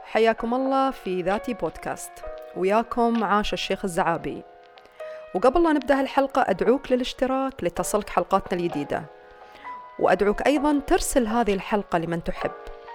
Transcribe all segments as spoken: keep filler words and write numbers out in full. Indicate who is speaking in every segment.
Speaker 1: حياكم الله في ذاتي بودكاست، وياكم عاش الشيخ الزعابي. وقبل لا نبدأ الحلقة أدعوك للاشتراك لتصلك حلقاتنا الجديدة، وأدعوك أيضا ترسل هذه الحلقة لمن تحب.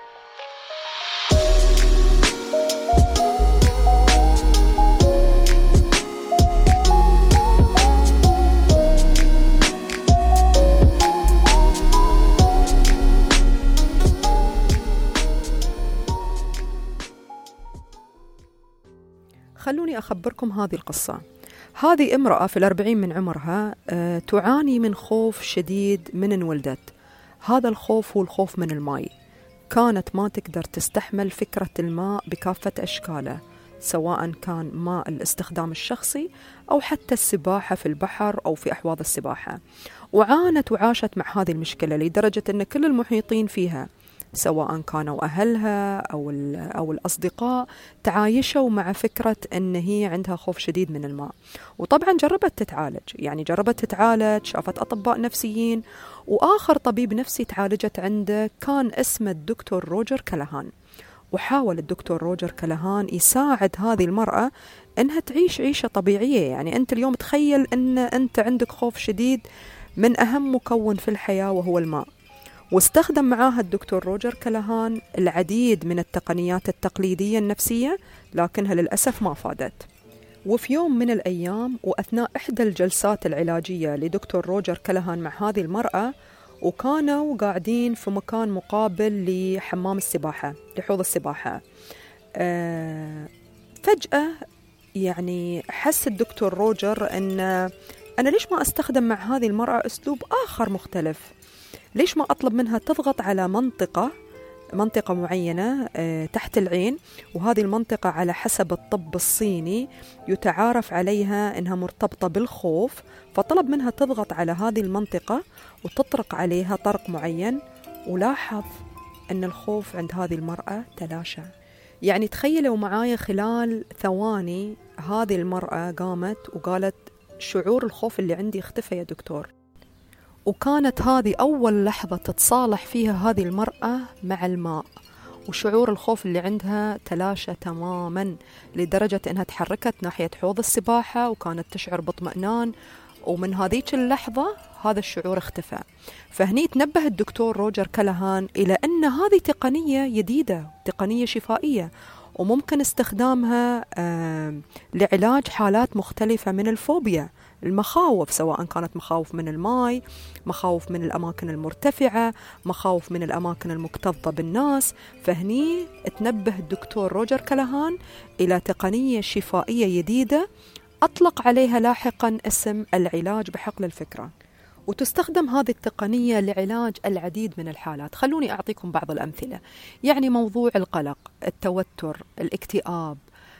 Speaker 1: خلوني أخبركم هذه القصة. هذه امرأة في الأربعين من عمرها أه تعاني من خوف شديد من إن ولدت. هذا الخوف هو الخوف من الماء. كانت ما تقدر تستحمل فكرة الماء بكافة أشكاله، سواء كان ماء الاستخدام الشخصي أو حتى السباحة في البحر أو في أحواض السباحة. وعانت وعاشت مع هذه المشكلة لدرجة أن كل المحيطين فيها، سواء كانوا أهلها أو, أو الأصدقاء، تعايشوا مع فكرة أن هي عندها خوف شديد من الماء. وطبعا جربت تتعالج، يعني جربت تتعالج، شافت أطباء نفسيين، وآخر طبيب نفسي تعالجت عنده كان اسمه الدكتور روجر كالهان. وحاول الدكتور روجر كالهان يساعد هذه المرأة أنها تعيش عيشة طبيعية. يعني أنت اليوم تخيل أن أنت عندك خوف شديد من أهم مكون في الحياة وهو الماء. واستخدم معاها الدكتور روجر كالهان العديد من التقنيات التقليدية النفسية، لكنها للأسف ما فادت. وفي يوم من الأيام وأثناء إحدى الجلسات العلاجية لدكتور روجر كالهان مع هذه المرأة، وكانوا قاعدين في مكان مقابل لحمام السباحة، لحوض السباحة، أه فجأة يعني حس الدكتور روجر أن أنا ليش ما أستخدم مع هذه المرأة أسلوب آخر مختلف؟ ليش ما أطلب منها تضغط على منطقة منطقة معينة تحت العين، وهذه المنطقة على حسب الطب الصيني يتعارف عليها أنها مرتبطة بالخوف. فطلب منها تضغط على هذه المنطقة وتطرق عليها طرق معين، ولاحظ أن الخوف عند هذه المرأة تلاشى. يعني تخيلوا معايا خلال ثواني هذه المرأة قامت وقالت شعور الخوف اللي عندي اختفى يا دكتور. وكانت هذه أول لحظة تتصالح فيها هذه المرأة مع الماء، وشعور الخوف اللي عندها تلاشى تماما، لدرجة أنها تحركت ناحية حوض السباحة وكانت تشعر باطمئنان. ومن هذيك اللحظة هذا الشعور اختفى. فهني تنبه الدكتور روجر كالهان إلى أن هذه تقنية جديدة، تقنية شفائية، وممكن استخدامها لعلاج حالات مختلفة من الفوبيا، المخاوف، سواء كانت مخاوف من الماء، مخاوف من الأماكن المرتفعة، مخاوف من الأماكن المكتظة بالناس. فهني تنبه الدكتور روجر كالهان إلى تقنية شفائية جديدة أطلق عليها لاحقا اسم العلاج بحقل الفكرة. وتستخدم هذه التقنية لعلاج العديد من الحالات. خلوني أعطيكم بعض الأمثلة. يعني موضوع القلق، التوتر، الاكتئاب،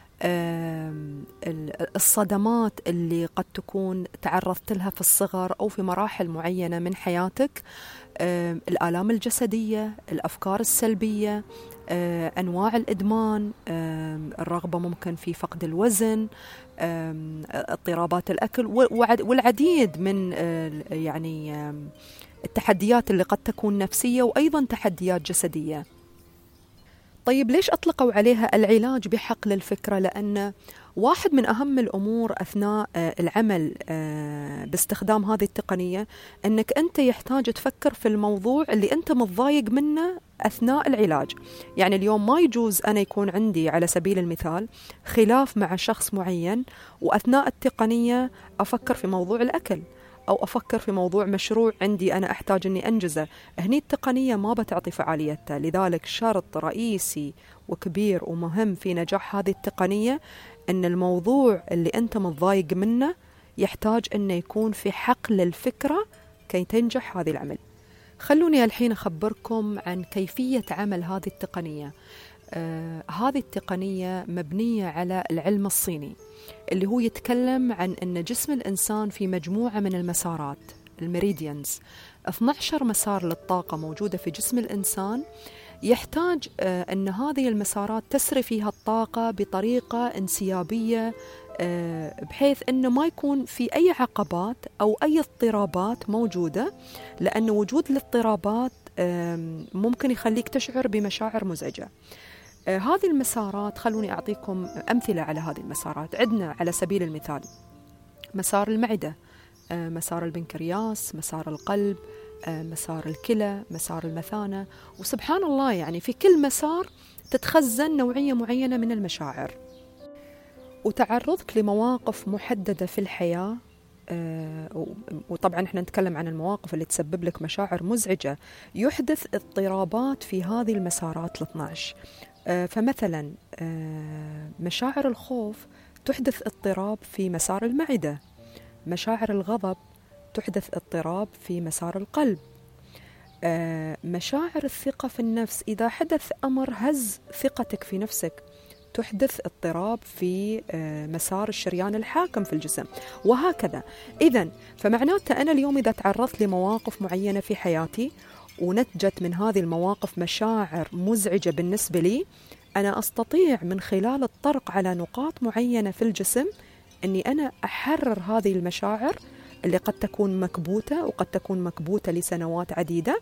Speaker 1: الصدمات اللي قد تكون تعرضت لها في الصغر أو في مراحل معينة من حياتك، الآلام الجسدية، الأفكار السلبية، أنواع الإدمان، الرغبة ممكن في فقد الوزن، اضطرابات الأكل، والعديد من يعني التحديات اللي قد تكون نفسية وأيضا تحديات جسدية. طيب ليش أطلقوا عليها العلاج بحقل الفكرة؟ لأن واحد من أهم الأمور أثناء العمل باستخدام هذه التقنية أنك أنت يحتاج تفكر في الموضوع اللي أنت متضايق منه أثناء العلاج. يعني اليوم ما يجوز أنا يكون عندي على سبيل المثال خلاف مع شخص معين وأثناء التقنية أفكر في موضوع الأكل، أو أفكر في موضوع مشروع عندي أنا أحتاج أني أنجزه. هني التقنية ما بتعطي فعاليتها. لذلك شرط رئيسي وكبير ومهم في نجاح هذه التقنية أن الموضوع اللي أنت متضايق منه يحتاج أنه يكون في حقل الفكرة كي تنجح هذه العمل. خلوني الحين أخبركم عن كيفية عمل هذه التقنية. آه هذه التقنية مبنية على العلم الصيني، اللي هو يتكلم عن أن جسم الإنسان في مجموعة من المسارات، الميريديانز، اثني عشر مسار للطاقة موجودة في جسم الإنسان. يحتاج آه أن هذه المسارات تسري فيها الطاقة بطريقة انسيابية، آه بحيث أنه ما يكون في أي عقبات أو أي اضطرابات موجودة، لأن وجود الاضطرابات آه ممكن يخليك تشعر بمشاعر مزعجة. آه هذه المسارات، خلوني أعطيكم أمثلة على هذه المسارات. عندنا على سبيل المثال مسار المعدة، آه مسار البنكرياس، مسار القلب، آه مسار الكلى، مسار المثانة. وسبحان الله يعني في كل مسار تتخزن نوعية معينة من المشاعر. وتعرضك لمواقف محددة في الحياة، آه وطبعا احنا نتكلم عن المواقف اللي تسبب لك مشاعر مزعجة، يحدث اضطرابات في هذه المسارات الاثنى عشر. آه فمثلا آه مشاعر الخوف تحدث اضطراب في مسار المعدة، مشاعر الغضب تحدث اضطراب في مسار القلب، آه مشاعر الثقة في النفس إذا حدث أمر هز ثقتك في نفسك تحدث اضطراب في مسار الشريان الحاكم في الجسم، وهكذا. إذن فمعناته أنا اليوم إذا تعرضت لمواقف معينة في حياتي ونتجت من هذه المواقف مشاعر مزعجة بالنسبة لي، أنا أستطيع من خلال الطرق على نقاط معينة في الجسم أني أنا أحرر هذه المشاعر اللي قد تكون مكبوتة وقد تكون مكبوتة لسنوات عديدة،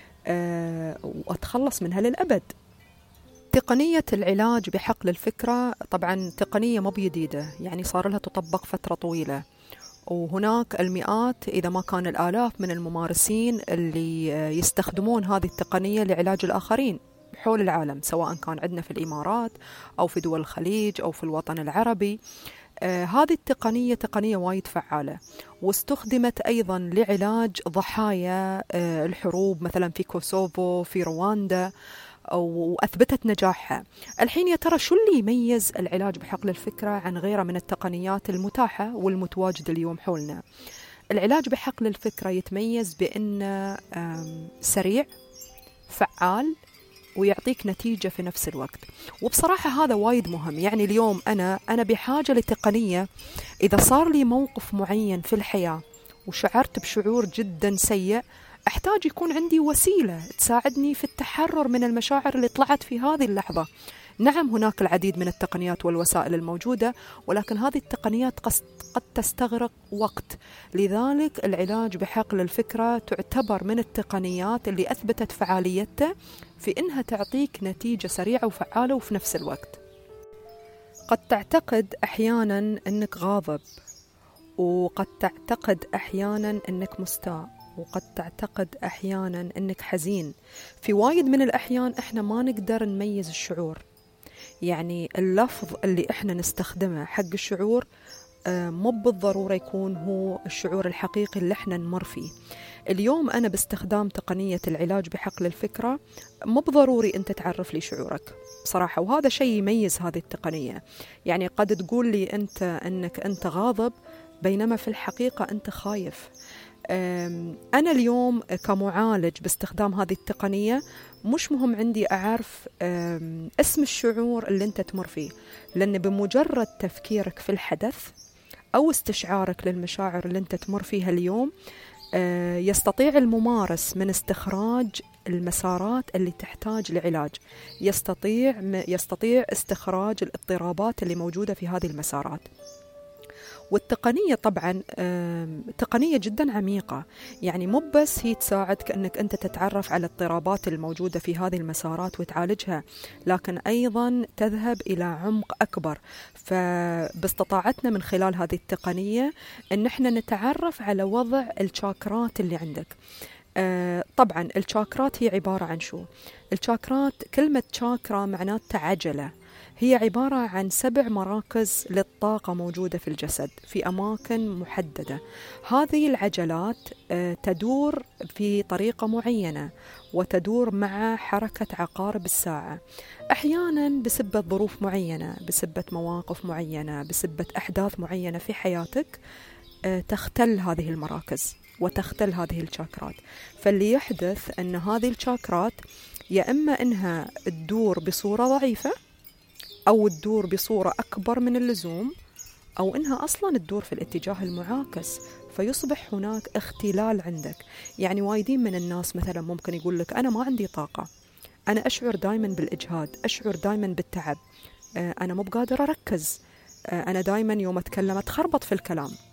Speaker 1: وأتخلص منها للأبد. تقنية العلاج بحقل الفكرة طبعا تقنية مو بجديدة، يعني صار لها تطبق فترة طويلة، وهناك المئات إذا ما كان الآلاف من الممارسين اللي يستخدمون هذه التقنية لعلاج الآخرين حول العالم، سواء كان عندنا في الإمارات أو في دول الخليج أو في الوطن العربي. آه هذه التقنية تقنية وايد فعالة، واستخدمت أيضا لعلاج ضحايا آه الحروب مثلا في كوسوفو، في رواندا، وأثبتت نجاحها. الحين يا ترى شو اللي يميز العلاج بحقل الفكرة عن غيره من التقنيات المتاحة والمتواجدة اليوم حولنا؟ العلاج بحقل الفكرة يتميز بأنه سريع، فعال، ويعطيك نتيجة في نفس الوقت. وبصراحة هذا وايد مهم. يعني اليوم أنا أنا بحاجة لتقنية إذا صار لي موقف معين في الحياة وشعرت بشعور جدا سيء، أحتاج يكون عندي وسيلة تساعدني في التحرر من المشاعر اللي طلعت في هذه اللحظة. نعم هناك العديد من التقنيات والوسائل الموجودة، ولكن هذه التقنيات قد تستغرق وقت. لذلك العلاج بحقل الفكرة تعتبر من التقنيات اللي أثبتت فعاليتها في إنها تعطيك نتيجة سريعة وفعالة وفي نفس الوقت. قد تعتقد أحيانا أنك غاضب، وقد تعتقد أحيانا أنك مستاء، وقد تعتقد أحيانا أنك حزين. في وايد من الأحيان إحنا ما نقدر نميز الشعور، يعني اللفظ اللي إحنا نستخدمه حق الشعور مو بالضرورة يكون هو الشعور الحقيقي اللي إحنا نمر فيه. اليوم أنا باستخدام تقنية العلاج بحقل الفكرة مو بضروري أنت تعرف لي شعورك بصراحة، وهذا شيء يميز هذه التقنية. يعني قد تقول لي أنت أنك أنت غاضب بينما في الحقيقة أنت خايف. أنا اليوم كمعالج باستخدام هذه التقنية مش مهم عندي أعرف اسم الشعور اللي أنت تمر فيه، لأن بمجرد تفكيرك في الحدث أو استشعارك للمشاعر اللي أنت تمر فيها اليوم يستطيع الممارس من استخراج المسارات اللي تحتاج لعلاج، يستطيع يستطيع استخراج الاضطرابات اللي موجودة في هذه المسارات. والتقنية طبعا تقنية جدا عميقة، يعني مو بس هي تساعدك أنك أنت تتعرف على الاضطرابات الموجودة في هذه المسارات وتعالجها، لكن أيضا تذهب إلى عمق أكبر. فباستطاعتنا من خلال هذه التقنية أن احنا نتعرف على وضع الشاكرات اللي عندك. آه طبعا الشاكرات هي عبارة عن شو؟ الشاكرات كلمة شاكرا معناتها عجلة، هي عبارة عن سبع مراكز للطاقة موجودة في الجسد في أماكن محددة. هذه العجلات آه تدور في طريقة معينة وتدور مع حركة عقارب الساعة، أحيانا بسبة ظروف معينة، بسبة مواقف معينة، بسبة أحداث معينة في حياتك آه تختل هذه المراكز وتختل هذه الشاكرات. فاللي يحدث أن هذه الشاكرات يا إما أنها تدور بصورة ضعيفة أو تدور بصورة أكبر من اللزوم، أو إنها أصلاً تدور في الاتجاه المعاكس، فيصبح هناك اختلال عندك. يعني وايدين من الناس مثلاً ممكن يقول لك أنا ما عندي طاقة، أنا أشعر دايماً بالإجهاد، أشعر دايماً بالتعب، أنا مو بقادر أركز، أنا دايماً يوم أتكلم أتخربط في الكلام.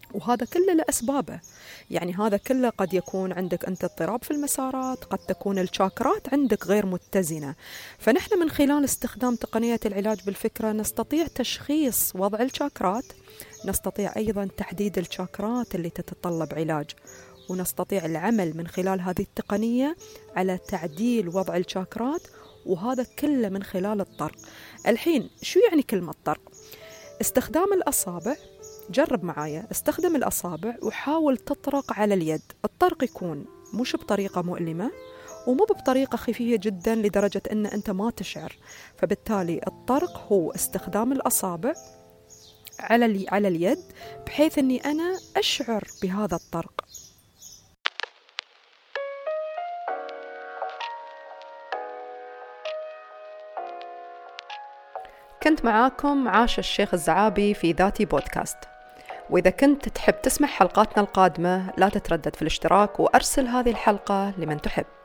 Speaker 1: وهذا كله لأسبابه. يعني هذا كله قد يكون عندك أنت اضطراب في المسارات، قد تكون الشاكرات عندك غير متزنة. فنحن من خلال استخدام تقنية العلاج بالفكرة نستطيع تشخيص وضع الشاكرات، نستطيع أيضا تحديد الشاكرات اللي تتطلب علاج، ونستطيع العمل من خلال هذه التقنية على تعديل وضع الشاكرات، وهذا كله من خلال الطرق. الحين شو يعني كلمة طرق؟ استخدام الأصابع، جرب معايا استخدم الأصابع وحاول تطرق على اليد. الطرق يكون مش بطريقة مؤلمة ومو بطريقة خفيفة جدا لدرجة أن أنت ما تشعر. فبالتالي الطرق هو استخدام الأصابع على على اليد بحيث أني أنا أشعر بهذا الطرق. كنت معاكم عاشة الشيخ الزعابي في ذاتي بودكاست. وإذا كنت تحب تسمع حلقاتنا القادمة لا تتردد في الاشتراك وأرسل هذه الحلقة لمن تحب.